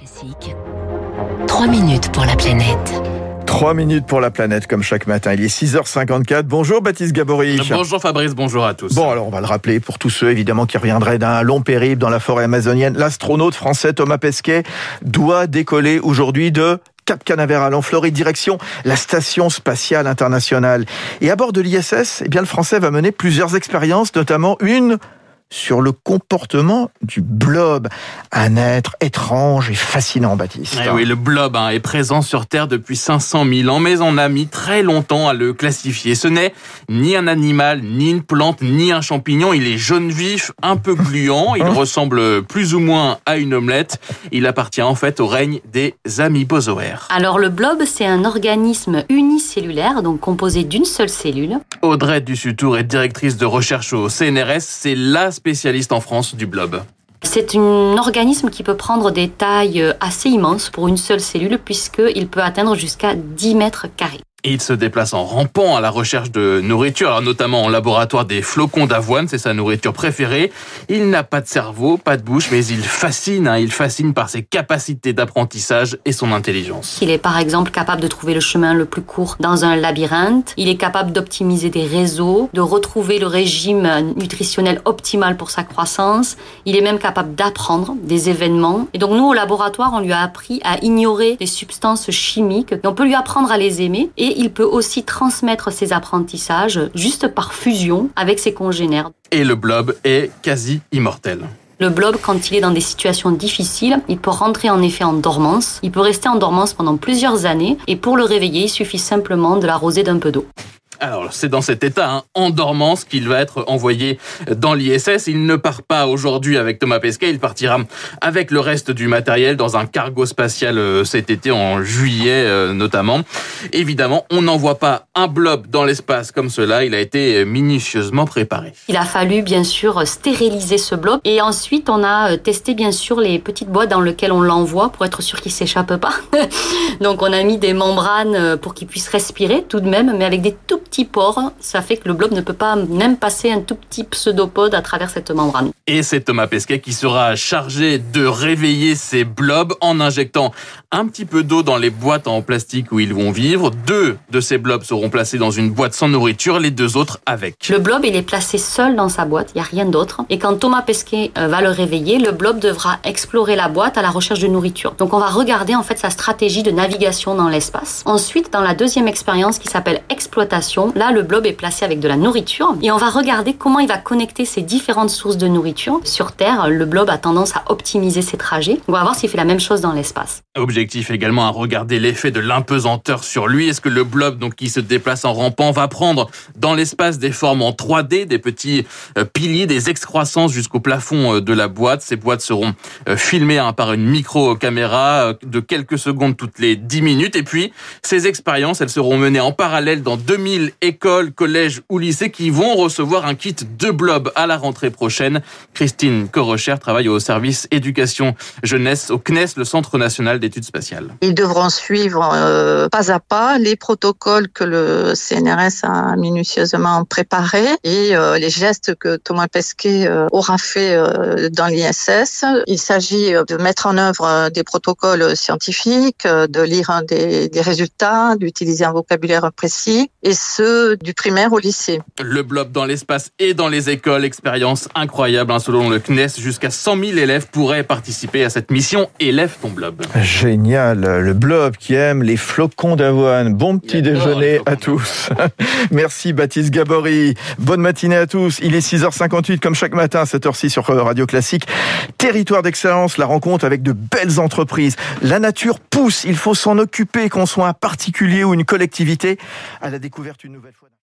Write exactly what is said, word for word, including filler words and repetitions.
Classique. Trois minutes pour la planète. Trois minutes pour la planète, comme chaque matin. Il est six heures cinquante-quatre. Bonjour Baptiste Gabory. Bonjour Fabrice, bonjour à tous. Bon, alors on va le rappeler pour tous ceux évidemment qui reviendraient d'un long périple dans la forêt amazonienne. L'astronaute français Thomas Pesquet doit décoller aujourd'hui de Cap Canaveral en Floride, direction la Station Spatiale Internationale. Et à bord de l'I S S, eh bien, le Français va mener plusieurs expériences, notamment une sur le comportement du blob, un être étrange et fascinant, Baptiste. Eh oui, le blob hein, est présent sur Terre depuis cinq cent mille ans, mais on a mis très longtemps à le classifier. Ce n'est ni un animal, ni une plante, ni un champignon. Il est jaune vif, un peu gluant. Il ressemble plus ou moins à une omelette. Il appartient en fait au règne des amoebozoaires. Alors le blob, c'est un organisme unicellulaire, donc composé d'une seule cellule. Audrey Dussutour est directrice de recherche au C N R S. C'est la spécialiste en France du blob. C'est un organisme qui peut prendre des tailles assez immenses pour une seule cellule, puisqu'il peut atteindre jusqu'à dix mètres carrés. Et il se déplace en rampant à la recherche de nourriture, alors notamment en laboratoire des flocons d'avoine, c'est sa nourriture préférée. Il n'a pas de cerveau, pas de bouche, mais il fascine, hein, il fascine par ses capacités d'apprentissage et son intelligence. Il est par exemple capable de trouver le chemin le plus court dans un labyrinthe. Il est capable d'optimiser des réseaux, de retrouver le régime nutritionnel optimal pour sa croissance. Il est même capable d'apprendre des événements. Et donc nous, au laboratoire, on lui a appris à ignorer les substances chimiques et on peut lui apprendre à les aimer. Et il peut aussi transmettre ses apprentissages juste par fusion avec ses congénères. Et le blob est quasi immortel. Le blob, quand il est dans des situations difficiles, il peut rentrer en effet en dormance. Il peut rester en dormance pendant plusieurs années. Et pour le réveiller, il suffit simplement de l'arroser d'un peu d'eau. Alors, c'est dans cet état, hein, en dormance, qu'il va être envoyé dans l'I S S. Il ne part pas aujourd'hui avec Thomas Pesquet. Il partira avec le reste du matériel dans un cargo spatial euh, cet été, en juillet euh, notamment. Évidemment, on n'envoie pas un blob dans l'espace comme cela. Il a été minutieusement préparé. Il a fallu, bien sûr, stériliser ce blob. Et ensuite, on a testé, bien sûr, les petites boîtes dans lesquelles on l'envoie pour être sûr qu'il ne s'échappe pas. Donc, on a mis des membranes pour qu'il puisse respirer tout de même, mais avec des tout petits pores, ça fait que le blob ne peut pas même passer un tout petit pseudopode à travers cette membrane. Et c'est Thomas Pesquet qui sera chargé de réveiller ces blobs en injectant un petit peu d'eau dans les boîtes en plastique où ils vont vivre. Deux de ces blobs seront placés dans une boîte sans nourriture, les deux autres avec. Le blob, il est placé seul dans sa boîte, il n'y a rien d'autre. Et quand Thomas Pesquet va le réveiller, le blob devra explorer la boîte à la recherche de nourriture. Donc on va regarder en fait sa stratégie de navigation dans l'espace. Ensuite, dans la deuxième expérience qui s'appelle exploitation, là le blob est placé avec de la nourriture et on va regarder comment il va connecter ces différentes sources de nourriture. Sur Terre, le blob a tendance à optimiser ses trajets. On va voir s'il fait la même chose dans l'espace. Objectif également à regarder l'effet de l'impesanteur sur lui. Est-ce que le blob, donc, qui se déplace en rampant, va prendre dans l'espace des formes en trois D, des petits euh, piliers, des excroissances jusqu'au plafond euh, de la boîte. Ces boîtes seront euh, filmées hein, par une micro-caméra euh, de quelques secondes toutes les dix minutes. Et puis, ces expériences, elles seront menées en parallèle dans deux mille écoles, collèges ou lycées qui vont recevoir un kit de blob à la rentrée prochaine. Christine Corrocher travaille au service éducation jeunesse au C N E S, le Centre national d'études spatiales. Ils devront suivre euh, pas à pas les protocoles que le C N R S a minutieusement préparés et euh, les gestes que Thomas Pesquet euh, aura fait euh, dans l'I S S. Il s'agit de mettre en œuvre des protocoles scientifiques, de lire des, des résultats, d'utiliser un vocabulaire précis, et ce, du primaire au lycée. Le blob dans l'espace et dans les écoles, expérience incroyable. Hein, selon le C N E S, jusqu'à cent mille élèves pourraient participer à cette mission Élève ton blob. Génial, le blob qui aime les flocons d'avoine. Bon petit déjeuner à tous. Merci Baptiste Gabory. Bonne matinée à tous. Il est six heures cinquante-huit comme chaque matin à cette heure-ci sur Radio Classique. Territoire d'excellence, la rencontre avec de belles entreprises. La nature pousse, il faut s'en occuper, qu'on soit un particulier ou une collectivité. À la découverte une nouvelle fois.